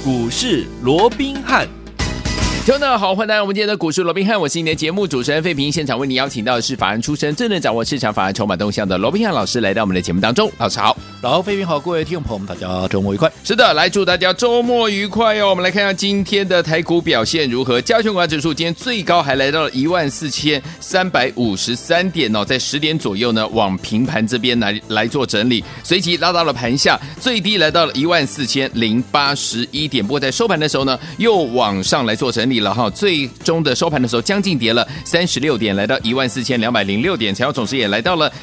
股市罗宾汉。 听众大家好，欢迎来到我们今天的股市罗宾汉，我是你的节目主持人费平。现场为你邀请到的是法案出身、最能掌握市场法案筹码动向的罗宾汉老师，来到我们的节目当中。老师好。 老费平好，各位听众朋友们，大家周末愉快。 是的，来祝大家周末愉快哦。我们来看一下今天的台股表现如何。加权股价指数今天最高还来到了14353点哦，在10点左右呢，往平盘这边来做整理，随即拉到了盘下，最低来到了14081点。不过在收盘的时候呢，又往上来做整理了哈，最终的收盘的时候将近跌了36点，来到14206点，成交总值也来到了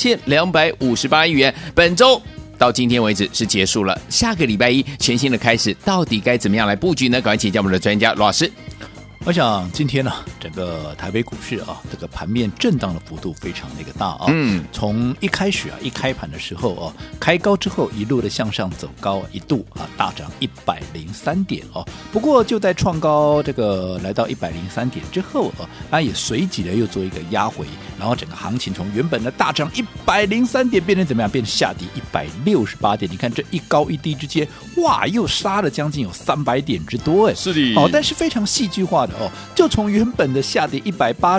3258亿元。本周到今天为止是结束了，下个礼拜一全新的开始，到底该怎么样来布局呢？赶快请教我们的专家罗老师。 我想今天呢，整个台北股市啊，这个盘面震荡的幅度非常的一个大啊。从一开始啊，一开盘的时候啊，开高之后一路的向上走高，一度啊大涨103点哦。不过就在创高这个来到103点之后啊，它也随即的又做一个压回，然后整个行情从原本的大涨103点变成怎么样？变成下跌168点。你看这一高一低之间，哇，又杀了将近有300点之多哎。 是的。 但是非常戏剧化的。就从原本的下跌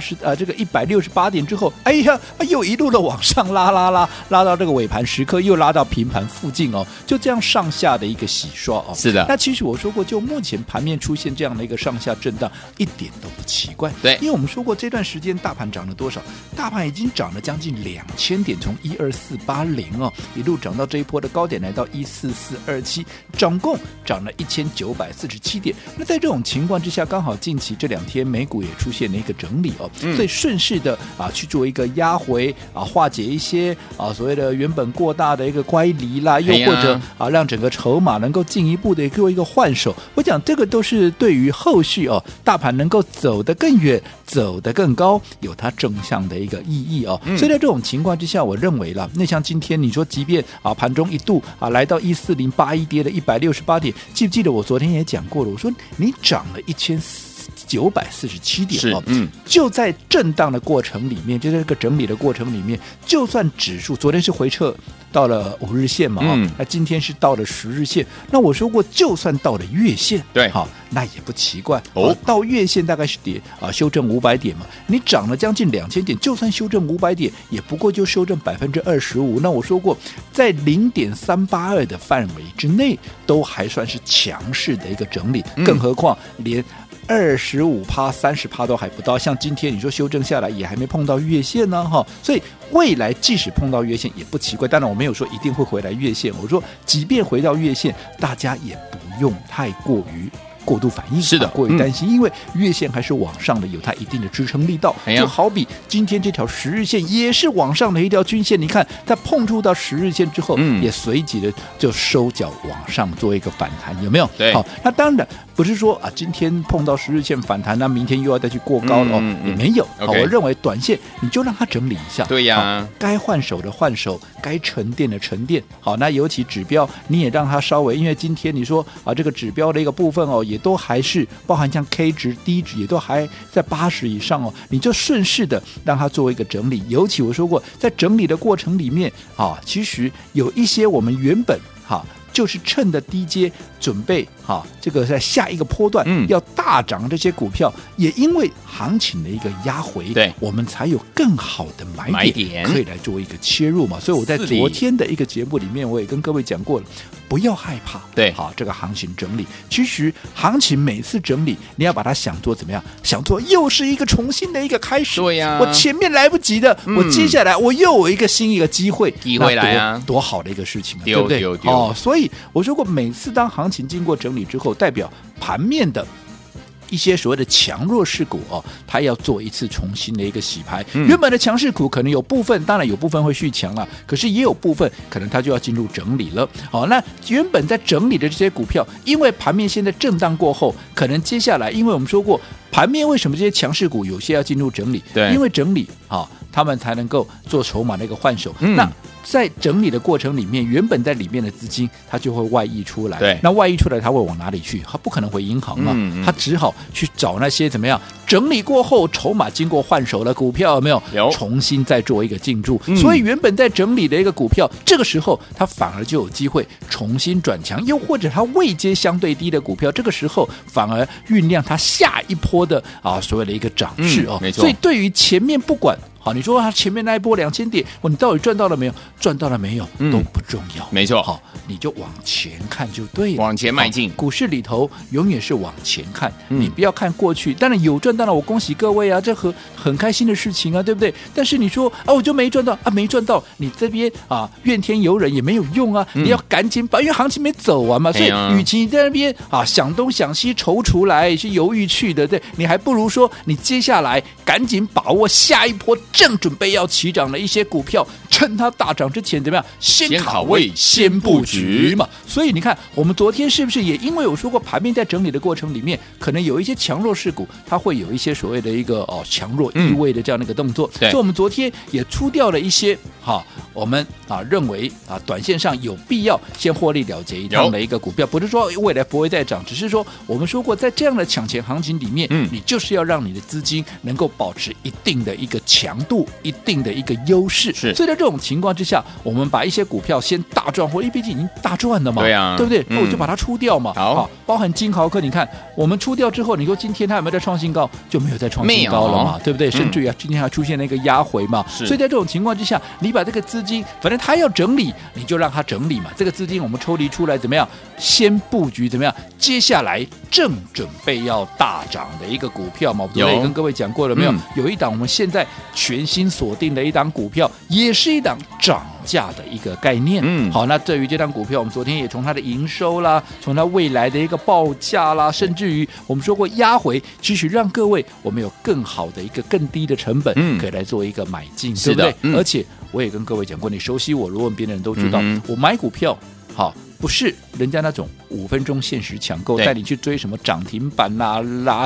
168点之后，哎呀，又一路的往上拉到这个尾盘时刻，又拉到平盘附近哦，就这样上下的一个洗刷哦。 是的。 那其实我说过，就目前盘面出现这样的一个上下震荡，一点都不奇怪。 对， 因为我们说过这段时间大盘涨了多少？大盘已经涨了将近2000点，从12480哦，一路涨到这一波的高点来到14427，总共涨了1947点。那在这种情况之下，刚好近期这2天美股也出现了一个整理哦，所以顺势的去做一个压回化解一些所谓的原本过大的一个乖离啦，又或者让整个筹码能够进一步的做一个换手。我讲这个都是对于后续大盘能够走得更远、走得更高，有它正向的一个意义哦。所以在这种情况之下，我认为啦，那像今天你说，即便盘中一度来到14081，跌了168点，记不记得我昨天也讲过了？我说你涨了1947点哦，就在震荡的过程里面，就在这个整理的过程里面，就算指数昨天是回撤到了5日线嘛，那今天是到了10日线，那我说过，就算到了月线， 对， 好，那也不奇怪到月线大概是跌修正500点嘛，你涨了将近2000点，就算修正500点，也不过就修正25%。那我说过，在0.382的范围之内，都还算是强势的一个整理，更何况连25%、30%都还不到，像今天你说修正下来也还没碰到月线呢，所以未来即使碰到月线也不奇怪。当然我没有说一定会回来月线，我说即便回到月线，大家也不用太过度反应， 是的， 过于担心，因为月线还是往上的，有它一定的支撑力道。就好比今天这条10日线也是往上的一条均线，你看它碰触到10日线之后，也随即的就收脚往上做一个反弹，有没有？ 对， 好，那当然不是说今天碰到10日线反弹，那明天又要再去过高了也没有。好，我认为短线你就让它整理一下， 对呀， 该换手的换手，该沉淀的沉淀。好，那尤其指标你也让它稍微，因为今天你说这个指标的一个部分也都还是包含像 K 值、D 值也都还在80以上你就顺势的让它做一个整理。尤其我说过，在整理的过程里面其实有一些我们原本就是趁的低阶准备这个在下一个波段要大涨这些股票，也因为行情的一个压回， 对， 我们才有更好的买点可以来做一个切入嘛。所以我在昨天的一个节目里面，我也跟各位讲过了，不要害怕， 对， 好，这个行情整理，其实行情每次整理，你要把它想做怎么样？想做又是一个重新的一个开始。 对呀， 我前面来不及的，我接下来我又有一个新一个机会来啊， 多好的一个事情，对不对？所以我说过，每次当行情经过整理之后，代表盘面的一些所谓的强弱势股它要做一次重新的一个洗牌。原本的强势股可能有部分，当然有部分会续强了，可是也有部分可能它就要进入整理了。那原本在整理的这些股票，因为盘面现在震荡过后，可能接下来，因为我们说过盘面为什么这些强势股有些要进入整理？ 对， 因为整理他们才能够做筹码的一个换手。那在整理的过程里面，原本在里面的资金它就会外溢出来。 对， 那外溢出来它会往哪里去？它不可能回银行嘛，它只好去找那些怎么样整理过后筹码经过换手的股票，有没有？ 有， 重新再做一个进驻。所以原本在整理的一个股票，这个时候它反而就有机会重新转强，又或者它位阶相对低的股票，这个时候反而酝酿它下一波的所谓的一个涨势没错。 所以对于前面不管。好，你说他前面那一波2000点，你到底赚到了没有？赚到了没有？都不重要。 没错。 好，你就往前看就对了， 往前迈进。 股市里头永远是往前看，你不要看过去。当然有赚到了，我恭喜各位啊，这很开心的事情啊，对不对？但是你说我就没赚到没赚到，你这边怨天尤人也没有用啊，你要赶紧把，因为行情没走完嘛，所以与其你在那边想东想西踌躇来去犹豫去的，对，你还不如说你接下来赶紧把握下一波正准备要起涨的一些股票，趁它大涨之前怎么样？先卡位，先布局嘛。所以你看，我们昨天是不是也因为有说过，盘面在整理的过程里面，可能有一些强弱势股，它会有一些所谓的一个强弱意味的这样的一个动作。所以我们昨天也出掉了一些我们认为短线上有必要先获利了结一趟的一个股票，不是说未来不会再涨，只是说我们说过，在这样的抢钱行情里面，你就是要让你的资金能够保持一定的一个强度，一定的一个优势。所以在这种情况之下，我们把一些股票先大赚，或者毕竟已经大赚了嘛，对不对？那我就把它出掉嘛。好，包含金豪科，你看我们出掉之后，你说今天它有没有在创新高？就没有再创新高了嘛，对不对？甚至于今天还出现了一个压回嘛。所以在这种情况之下，你把这个资金，反正它要整理，你就让它整理嘛。这个资金我们抽离出来，怎么样？先布局怎么样？接下来正准备要大涨的一个股票嘛，我昨天也跟各位讲过了没有？有一档我们现在全新锁定的一档股票，也是一档涨价的一个概念。好，那对于这档股票，我们昨天也从它的营收啦，从它未来的一个报价啦，甚至于我们说过压回，其实让各位我们有更好的一个更低的成本，可以来做一个买进，对不对？而且我也跟各位讲过，你熟悉我，如果别人都知道，我买股票好。不是人家那种5分钟限时抢购，带你去追什么涨停板啦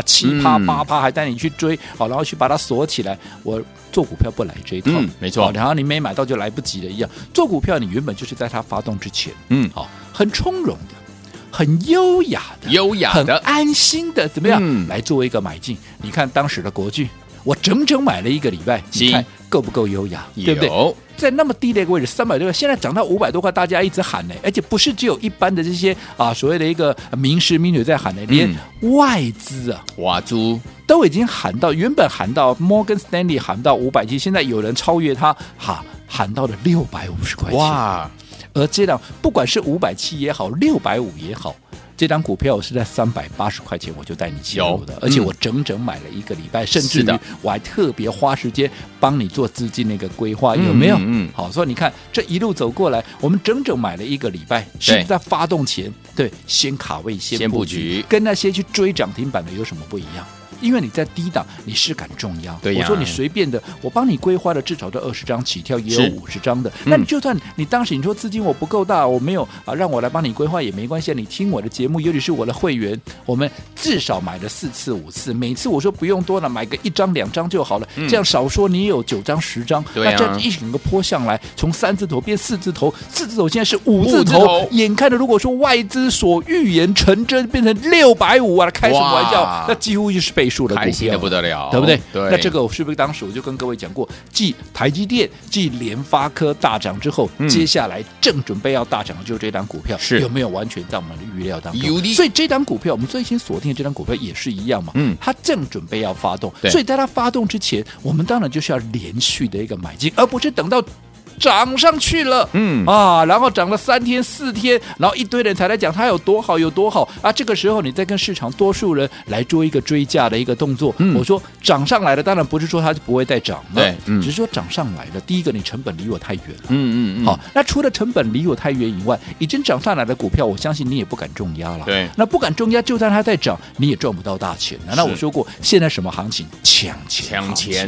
7%、8%，还带你去追，好，然后去把它锁起来。我做股票不来这一套， 没错。 然后你没买到就来不及了一样。做股票你原本就是在它发动之前，好，很从容的。很优雅的，很安心的，怎么样、来做一个买进？你看当时的国巨，我整整买了1个礼拜，你看够不够优雅？对不对？在那么低的一个位置，300多块，现在涨到500多块，大家一直喊呢，而且不是只有一般的这些所谓的一个名师名女在喊呢，连外资哇猪都已经喊到，原本喊到 Morgan Stanley 喊到570，现在有人超越他，喊到了650块钱，哇！而这档不管是570也好，650也好，这张股票是在380块钱我就带你进入的，而且我整整买了1个礼拜，甚至于我还特别花时间帮你做资金那个规划，有没有？好，所以你看这一路走过来，我们整整买了1个礼拜，是在发动前，对，先卡位，先布局，跟那些去追涨停板的有什么不一样？因为你在低档，你是敢重压。我说你随便的，我帮你规划的至少都20张起跳，也有50张的。那你就算你当时你说资金我不够大，我没有让我来帮你规划也没关系。你听我的节目，尤其是我的会员，我们至少买了4次5次，每次我说不用多了，买个1张2张就好了。这样少说你也有9张10张，那这样一整个坡上来，从3字头变4字头，4字头现在是5字头，眼看着如果说外资所预言成真，变成650开什么玩笑？那几乎就是倍数的股票， 开心的不得了， 对不对？那这个是不是当时我就跟各位讲过，继台积电、继联发科大涨之后，接下来正准备要大涨的就是这档股票，有没有完全在我们的预料当中？所以这档股票我们最先锁定的这档股票也是一样嘛，它正准备要发动，所以在它发动之前，我们当然就是要连续的一个买进，而不是等到涨上去了，然后涨了3天4天，然后一堆人才来讲它有多好有多好啊！这个时候你再跟市场多数人来做一个追价的一个动作，我说涨上来了，当然不是说它就不会再涨了，只是说涨上来了。第一个，你成本离我太远了，好，那除了成本离我太远以外，已经涨上来的股票，我相信你也不敢重压了，对，那不敢重压，就算它在涨，你也赚不到大钱。那我说过，现在什么行情？抢钱。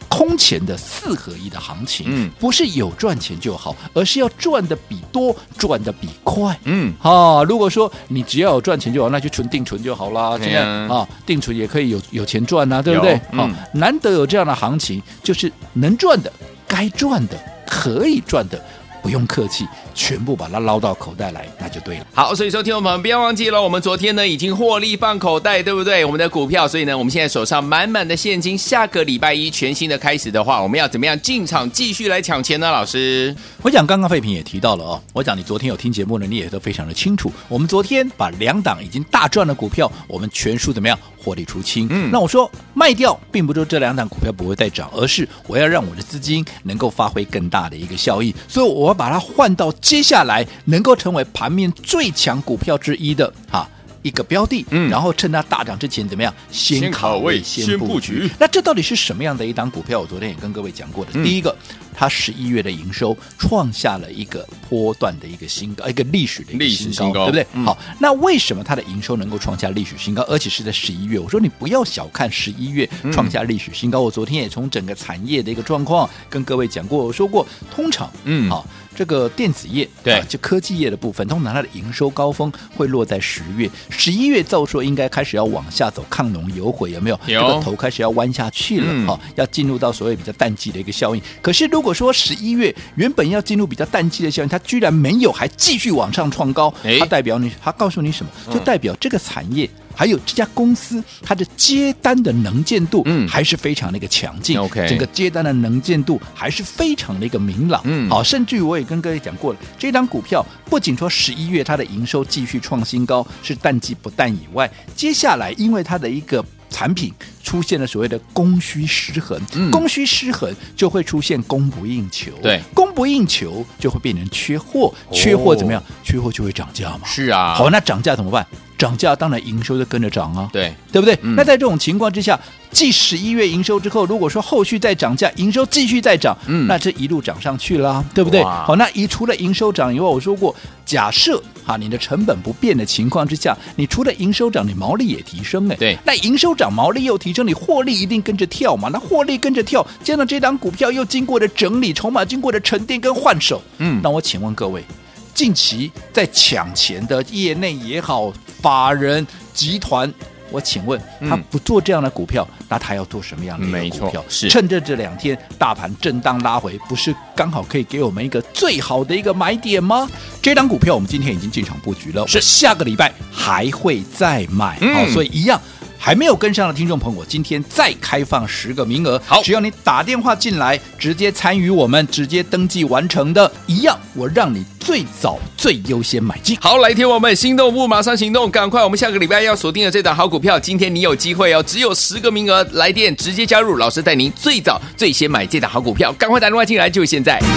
空前的4合1的行情，不是有赚钱就好，而是要赚的比多，赚的比快。如果说你只要有赚钱就好，那就定存就好啦。现在定存也可以有钱赚啊，对不对？难得有这样的行情，就是能赚的、该赚的、可以赚的，不用客气，全部把它捞到口袋来，那就对了。 好，所以说听众朋友们不要忘记了，我们昨天呢已经获利放口袋，对不对？我们的股票，所以呢我们现在手上满满的现金，下个礼拜一全新的开始的话，我们要怎么样进场继续来抢钱呢？老师， 我讲刚刚废品也提到了哦，我讲你昨天有听节目呢，你也都非常的清楚。我们昨天把2档已经大赚的股票，我们全数怎么样获利出清？那我说卖掉，并不是这2档股票不会再涨，而是我要让我的资金能够发挥更大的一个效益，所以我要把它换到接下来能够成为盘面最强股票之一的一个标的，然后趁它大涨之前怎么样先卡位先布局。那这到底是什么样的一档股票？我昨天也跟各位讲过的。第一个，它11月的营收创下了一个波段的一个新高，一个历史的一个新高，对不对？好，那为什么它的营收能够创下历史新高，而且是在11月？我说你不要小看11月创下历史新高。我昨天也从整个产业的一个状况跟各位讲过，我说过，通常这个电子业对就科技业的部分，通常它的营收高峰会落在10月、11月，照说应该开始要往下走，亢龙有悔，有没有？这个头开始要弯下去了，要进入到所谓比较淡季的一个效应。可是如果说11月原本要进入比较淡季的效应，它居然没有，还继续往上创高，它代表它告诉你什么？就代表这个产业还有这家公司它的接单的能见度还是非常的一个强劲，整个接单的能见度还是非常的一个明朗。好，甚至于我也跟各位讲过了，这张股票不仅说11月它的营收继续创新高，是淡季不淡以外，接下来因为它的一个产品出现了所谓的供需失衡，供需失衡就会出现供不应求，对，供不应求就会变成缺货，缺货怎么样？缺货就会涨价嘛。是啊，好，那涨价怎么办？涨价当然营收就跟着涨啊，对不对？那在这种情况之下，继11月营收之后，如果说后续再涨价，营收继续再涨，那这一路涨上去了，对不对？好，那除了营收涨以外，我说过，假设你的成本不变的情况之下，你除了营收涨，你毛利也提升，对，那营收涨，毛利又提升，你获利一定跟着跳嘛。那获利跟着跳，加上这档股票又经过了整理，筹码经过了沉淀跟换手，那我请问各位，近期在抢钱的业内也好，法人集团，我请问他不做这样的股票，那他要做什么样的一个股票？是趁着这2天大盘震荡拉回，不是刚好可以给我们一个最好的一个买点吗？这档股票我们今天已经进场布局了，是下个礼拜还会再买，好，所以一样。还没有跟上的听众朋友，今天再开放10个名额，好，只要你打电话进来，直接参与我们直接登记完成的，一样，我让你最早最优先买进。 好，来听我们心动不马上行动，赶快！我们下个礼拜要锁定的这档好股票，今天你有机会哦，只有10个名额，来电直接加入，老师带您最早最先买这档好股票，赶快打电话进来，就现在。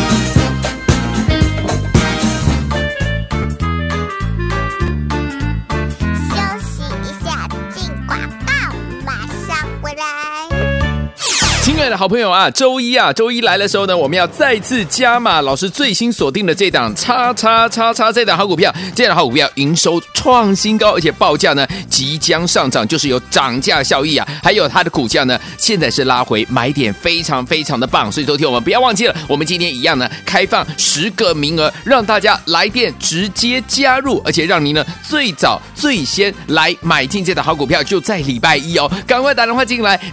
亲爱的好朋友啊，周一来的时候呢，我们要再次加码老师最新锁定的这档叉这档好股票，这档好股票营收创新高，而且报价呢即将上涨，就是有涨价效益啊，还有它的股价呢现在是拉回，买点非常非常的棒，所以昨天我们不要忘记了，我们今天一样呢开放10个名额，让大家来电直接加入，而且让您呢最早最先来买进这档好股票，就在礼拜一哦，赶快打电话进来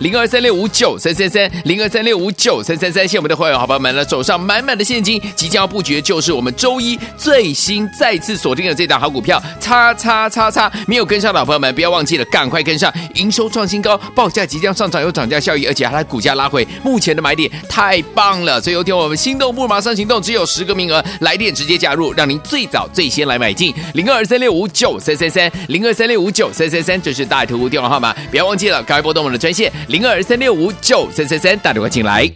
0236593332，0236593333，谢谢我们的会员好朋友们呢，手上满满的现金，即将要布局的就是我们周一最新再次锁定的这档好股票，叉，没有跟上的好朋友们不要忘记了，赶快跟上，营收创新高，报价即将上涨，有涨价效益，而且它的股价拉回，目前的买点太棒了，所以有天我们心动不马上行动，只有10个名额，来电直接加入，让您最早最先来买进，0236593332，0236593333，这是大图电话号码，不要忘记了，赶快拨动我们的专线0236593333，打电话进来。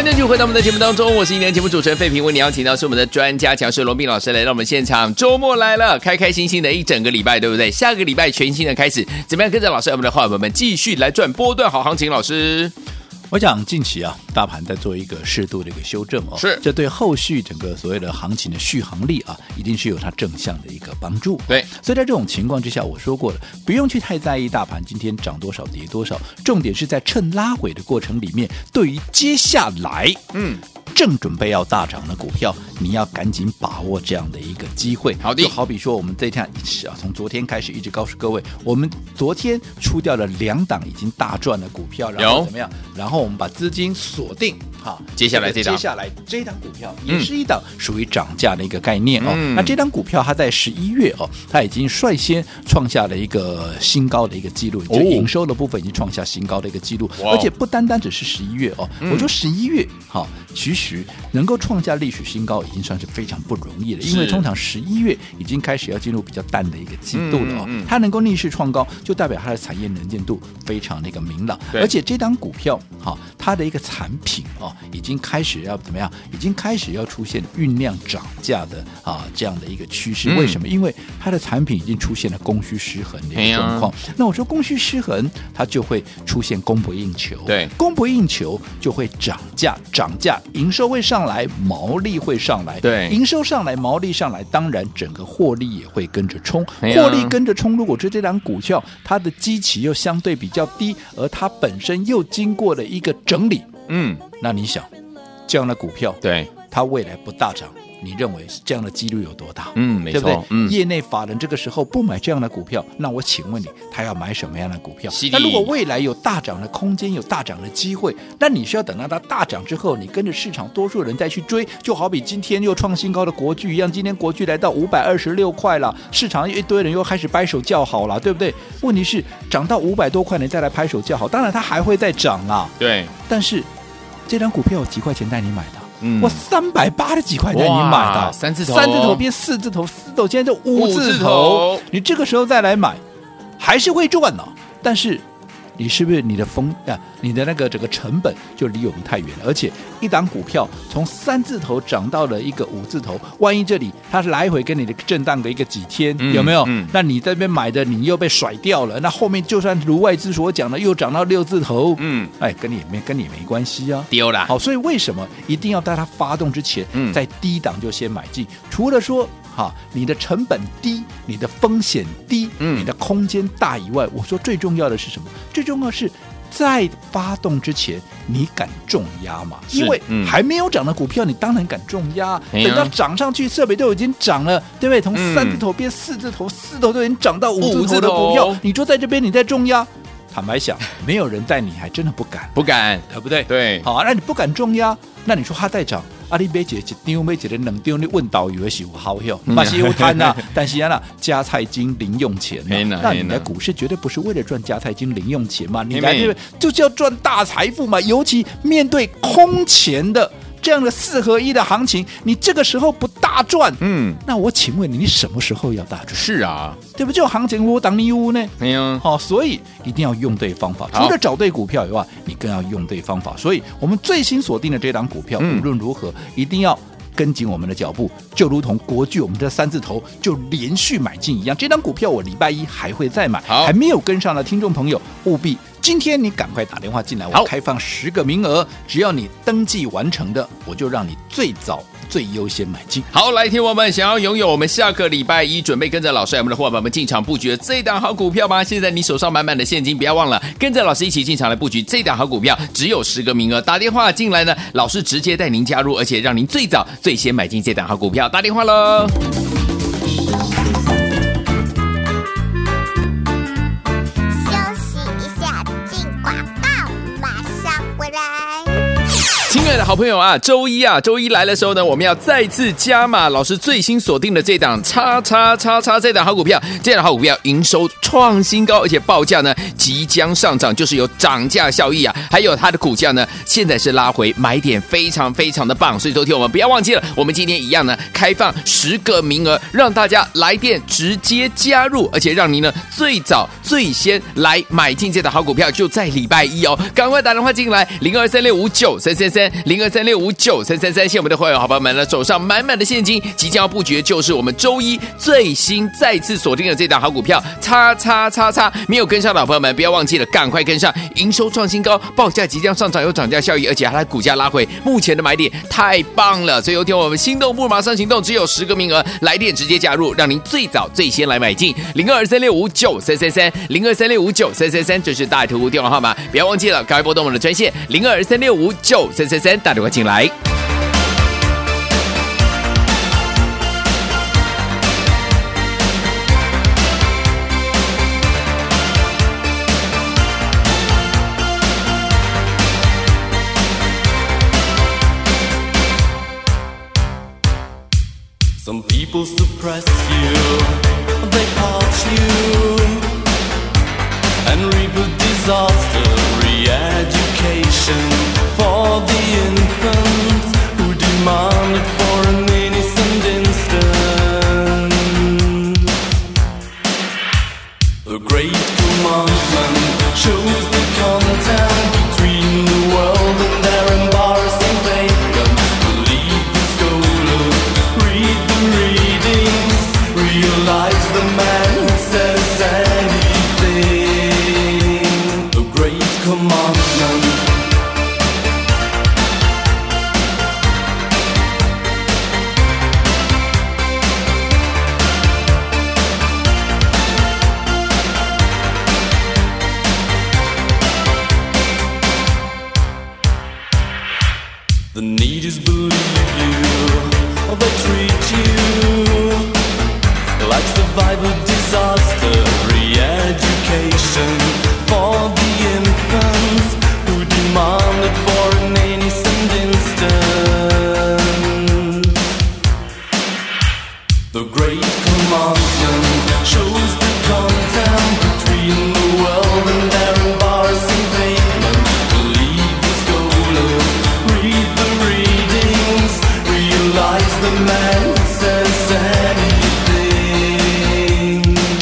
欢迎继续回到我们的节目当中，我是今天节目主持人费平，为你邀请到是我们的专家强势罗宾老师来到我们现场。周末来了，开开心心的一整个礼拜，对不对？下个礼拜全新的开始，怎么样跟着老师我们的伙伴们继续来赚波段好行情？老师， 我想近期啊，大盘在做一个适度的一个修正哦， 是， 这对后续整个所谓的行情的续航力啊，一定是有它正向的一个帮助。 对， 所以在这种情况之下，我说过了，不用去太在意大盘今天涨多少跌多少，重点是在趁拉回的过程里面，对于接下来正准备要大涨的股票，你要赶紧把握这样的一个机会。 好的， 就好比说我们这一天从昨天开始一直告诉各位，我们昨天出掉了2档已经大赚的股票，然后怎么样？然后我们把资金锁定哈， 接下来这档股票也是一档属于涨价的一个概念哦。那这档股票它在11月哦，它已经率先创下了一个新高的一个记录，就营收的部分已经创下新高的一个记录，而且不单单只是11月哦，我说11月哈，其实能够创下历史新高已经算是非常不容易了，因为通常11月已经开始要进入比较淡的一个季度了哦，它能够逆势创高，就代表它的产业能见度非常的一个明朗，而且这档股票哈，它的一个产品哦，已经开始要怎么样？已经开始要出现酝酿涨价的这样的一个趋势。为什么？因为它的产品已经出现了供需失衡的一个状况。那我说供需失衡，它就会出现供不应求。 对， 供不应求就会涨价，涨价，营收会上来，毛利会上来。 对， 营收上来，毛利上来，当然整个获利也会跟着冲。获利跟着冲，如果是这档股票，它的基期又相对比较低，而它本身又经过了一个整理，那你想，这样的股票， 对， 它未来不大涨，你认为这样的几率有多大？ 没错， 对不对？业内法人这个时候不买这样的股票，那我请问你，他要买什么样的股票？那如果未来有大涨的空间，有大涨的机会，那你需要等到它大涨之后，你跟着市场多数人再去追，就好比今天又创新高的国巨一样，今天国巨来到526块了，市场一堆人又开始拍手叫好了，对不对？问题是涨到500多块，你再来拍手叫好，当然它还会再涨啊。 对， 但是这张股票有几块钱带你买的？我380几块带你买的 ，3字头变4字头，4字头现在就5字头，你这个时候再来买，还是会赚的。但是你是不是你的你的那个整个成本就离我们太远了？而且一档股票从3字头涨到了一个5字头，万一这里它来回跟你的震荡个一个几天，有没有？那你在这边买的你又被甩掉了，那后面就算如外资所讲的又涨到6字头，跟你没关系啊， 丢了。 好，所以为什么一定要在它发动之前，在低档就先买进？除了说你的成本低，你的风险低，你的空间大以外，我说最重要的是什么？最重要是在发动之前，你敢重压吗？因为还没有涨的股票，你当然敢重压。等到涨上去，设备都已经涨了，对不对？从3字头变4字头，4字头都已经涨到5字头的股票，你就在这边你在重压。坦白讲，没有人带你，还真的不敢，对不对？ 对， 好，那你不敢重压，那你说它再涨？你买一张买一个2张，你问导游是有好用，嘛是有贪呐，但是加菜金零用钱，那你的股市绝对不是为了赚加菜金零用钱嘛，你来这边就是要赚大财富嘛，尤其面对空前的这样的4合1的行情，你这个时候不大赚，那我请问你什么时候要大赚？ 是啊， 对不？就行情我当你屋呢， 没有， 所以一定要用对方法。除了找对股票以外，你更要用对方法。所以我们最新锁定的这档股票，无论如何一定要跟紧我们的脚步，就如同国巨我们的3字头就连续买进一样。这档股票我礼拜一还会再买，还没有跟上的听众朋友务必今天你赶快打电话进来，我开放10个名额，只要你登记完成的，我就让你最早最优先买进。 好，来听我们想要拥有我们下个礼拜一准备跟着老师我们的伙伴们进场布局的这档好股票吗？现在你手上满满的现金，不要忘了跟着老师一起进场来布局这档好股票，只有10个名额，打电话进来呢，老师直接带您加入，而且让您最早最先买进这档好股票，打电话喽。亲爱的好朋友啊，周一来的时候呢，我们要再次加码老师最新锁定的这档叉这档好股票，这档好股票营收创新高，而且报价呢即将上涨，就是有涨价效益啊，还有它的股价呢现在是拉回，买点非常非常的棒，所以昨天我们不要忘记了，我们今天一样呢开放10个名额，让大家来电直接加入，而且让您呢最早最先来买进这档好股票，就在礼拜一哦，赶快打电话进来0236593333 0236593333，谢我们的会员好朋友们呢，手上满满的现金，即将要布局的就是我们周一最新再次锁定的这档好股票，叉叉叉叉，没有跟上的好朋友们不要忘记了，赶快跟上，营收创新高，报价即将上涨，有涨价效益，而且它的股价拉回目前的买点太棒了，所以有天我们心动不马上行动，只有10个名额，来电直接加入，让您最早最先来买进0223659333，0223659333，这是大爱投顾电话号码，不要忘记了，赶快拨动我们的专线0223659333，打电话进来。 Some people suppress you, they part you, and reap a disaster, re-education for the infants who demand it for an innocent instant. The great commandment shows the content between the world and their embarrassing pavement. Believe the scholars, read the readings, realize the man who says anything. The great commandment. The need is believe you, or they treat you like survival disaster, re-education for the infants who demand it for an innocent instant. The great commandment shows the content between the world and their embarrassing pavement. Believe the scholars, read the readings, realize the man who says anything.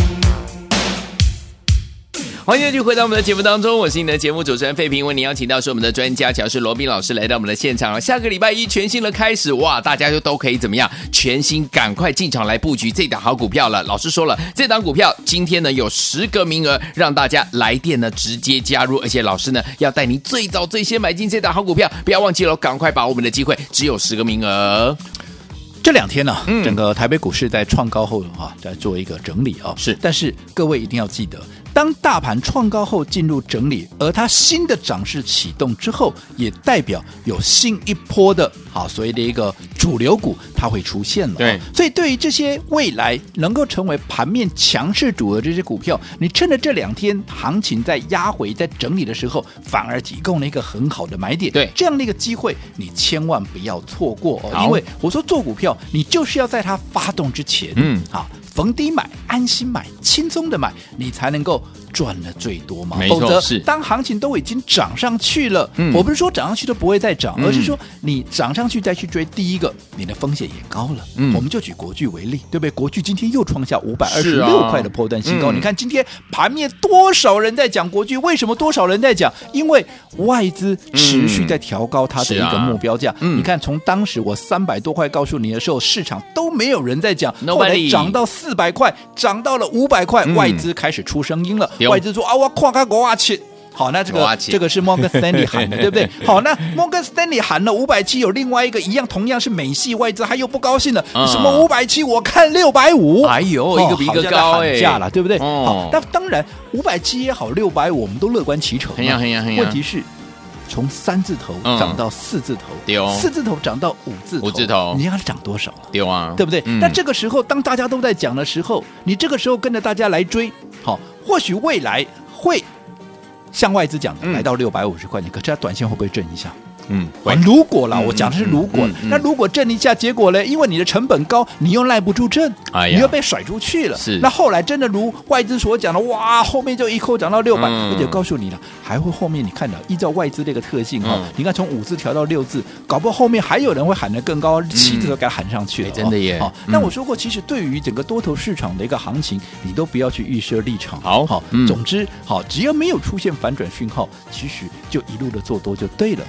欢迎继续回到我们的节目当中，我是你的节目主持人费平，为您邀请到是我们的专家讲师罗宾老师来到我们的现场了。下个礼拜一全新的开始，哇，大家就都可以怎么样？全新赶快进场来布局这档好股票了。老师说了，这档股票今天呢有10个名额，让大家来电呢直接加入，而且老师呢要带您最早最先买进这档好股票，不要忘记了，赶快把握我们的机会，只有10个名额。 这2天呢，整个台北股市在创高后在做一个整理啊， 是， 但是各位一定要记得，当大盘创高后进入整理，而它新的涨势启动之后，也代表有新一波的所谓的一个主流股它会出现了。 对， 所以对于这些未来能够成为盘面强势组合这些股票，你趁着这2天行情在压回在整理的时候，反而提供了一个很好的买点。 对， 这样的一个机会你千万不要错过因为我说做股票你就是要在它发动之前逢低买，安心买，轻松的买，你才能够赚的最多嘛。否则当行情都已经涨上去了，我不是说涨上去都不会再涨，而是说你涨上去再去追，第一个你的风险也高了。我们就举国巨为例，对不对？国巨今天又创下526块的波段新高。你看今天盘面多少人在讲国巨？为什么多少人在讲？因为外资持续在调高它的一个目标价。你看从当时我300多块告诉你的时候，市场都没有人在讲，后来涨到400块，涨到了500块，外资开始出声音了。外资说我看看570。好，那这个是摩根斯丹利喊的，对不对？好，那摩根斯丹利喊了570，有另外一个一样，同样是美系外资，他又不高兴了，什么570，我看650， 哎呦，一个比一个高喊价了，对不对？好，那当然570也好，650我们都乐观其成。问题是从3字头涨到4字头，4字头涨到5字头，你要涨多少？ 对啊， 对不对？那这个时候，当大家都在讲的时候，你这个时候跟着大家来追，好，或许未来会像外资讲的，来到650块钱，可是它短线会不会震一下？如果啦，我讲的是如果，那如果震一下，结果呢？因为你的成本高，你又耐不住震，你又被甩出去了。 是， 那后来真的如外资所讲的，哇，后面就一口涨到600，而且告诉你了，还会后面你看到依照外资这个特性你看从5字调到6字，搞不好后面还有人会喊得更高，7字都给它喊上去了。 真的耶！ 那我说过，其实对于整个多头市场的一个行情，你都不要去预设立场。好，总之只要没有出现反转讯号，其实就一路的做多就对了。 是。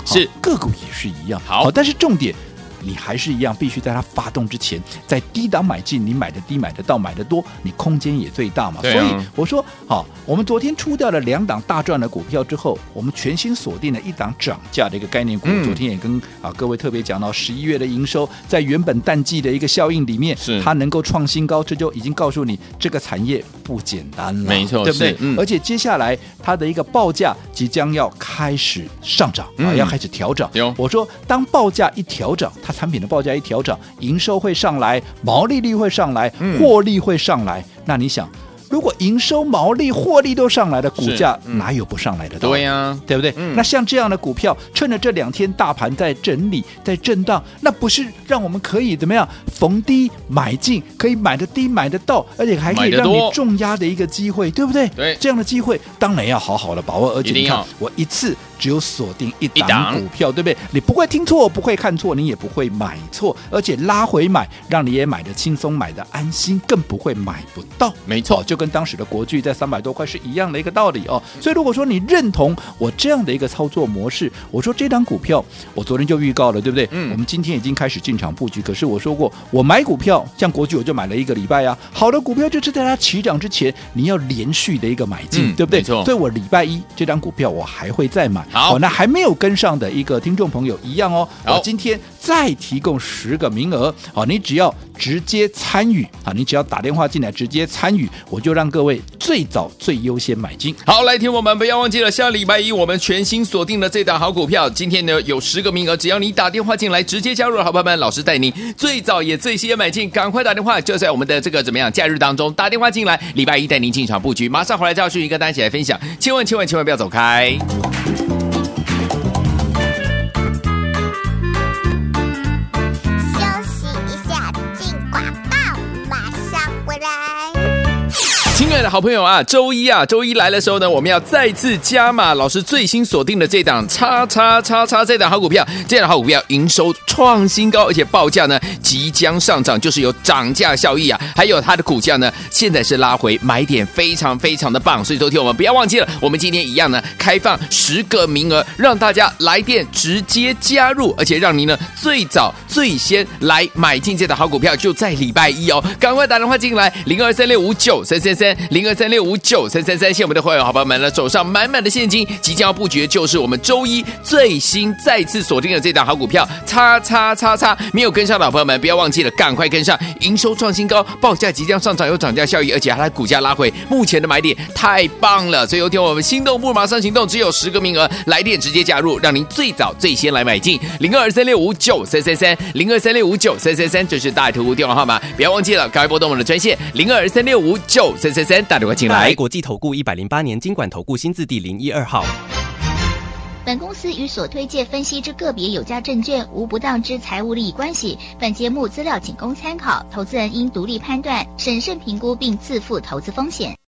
个股也是一样。 好但是重点，你还是一样，必须在它发动之前，在低档买进，你买的低，买得到，买得多，你空间也最大嘛。 对啊， 所以我说，好，我们昨天出掉了2档大赚的股票之后，我们全新锁定了一档涨价的一个概念股。昨天也跟各位特别讲到，11月的营收在原本淡季的一个效应里面，它能够创新高，这就已经告诉你这个产业不简单了， 没错， 对不对？而且接下来它的一个报价即将要开始上涨，要开始调整。我说，当报价一调整，它产品的报价一调整，营收会上来，毛利率会上来，获利会上来。那你想，如果营收、毛利、获利都上来了，股价哪有不上来的道理？ 对呀， 对不对？那像这样的股票，趁着这2天大盘在整理、在震荡，那不是让我们可以怎么样逢低买进，可以买得低、买得到，而且还可以让你重压的一个机会，对不对？ 对， 这样的机会当然要好好的把握。而且你看，我一次只有锁定一档股票，对不对？你不会听错，不会看错，你也不会买错，而且拉回买，让你也买得轻松，买得安心，更不会买不到。 没错， 就跟当时的国巨在300多块是一样的一个道理哦。所以如果说你认同我这样的一个操作模式，我说这档股票我昨天就预告了，对不对？我们今天已经开始进场布局。可是我说过，我买股票像国巨我就买了1个礼拜啊。好的股票就是在它起涨之前，你要连续的一个买进，对不对？所以我礼拜一这档股票我还会再买。好，那还没有跟上的一个听众朋友一样哦，我今天再提供10个名额。好，你只要直接参与啊，你只要打电话进来直接参与，我就让各位最早最优先买进。 好，来听我们不要忘记了，下礼拜一我们全新锁定了这档好股票，今天呢有10个名额，只要你打电话进来直接加入，好朋友们，老师带你最早也最先买进，赶快打电话，就在我们的这个怎么样假日当中打电话进来，礼拜一带您进场布局，马上回来教训一个单起来分享，千万不要走开。亲爱的好朋友啊，周一来的时候呢，我们要再次加码老师最新锁定的这档叉这档好股票，这档好股票营收创新高，而且报价呢即将上涨，就是有涨价效益啊，还有它的股价呢现在是拉回，买点非常的棒，所以昨天我们不要忘记了，我们今天一样呢开放10个名额，让大家来电直接加入，而且让您呢最早最先来买进这档好股票，就在礼拜一哦，赶快打电话进来0236593332，0236593333，谢谢我们的会员好朋友们呢，手上满满的现金，即将要布局的就是我们周一最新再次锁定的这档好股票，叉，没有跟上的好朋友们不要忘记了，赶快跟上，营收创新高，报价即将上涨，有涨价效益，而且它的股价拉回，目前的买点太棒了，所以有天我们心动不如马上行动，只有10个名额，来电直接加入，让您最早最先来买进，0236593332，0236593333，这是大图电话号码，不要忘记了，赶快拨动我们的专线0236593333，打电话进来。 国际投顾108年金管投顾新字第012号。 本公司与所推介分析之个别有价证券无不当之财务利益关系，本节目资料仅供参考，投资人应独立判断、审慎评估并自负投资风险。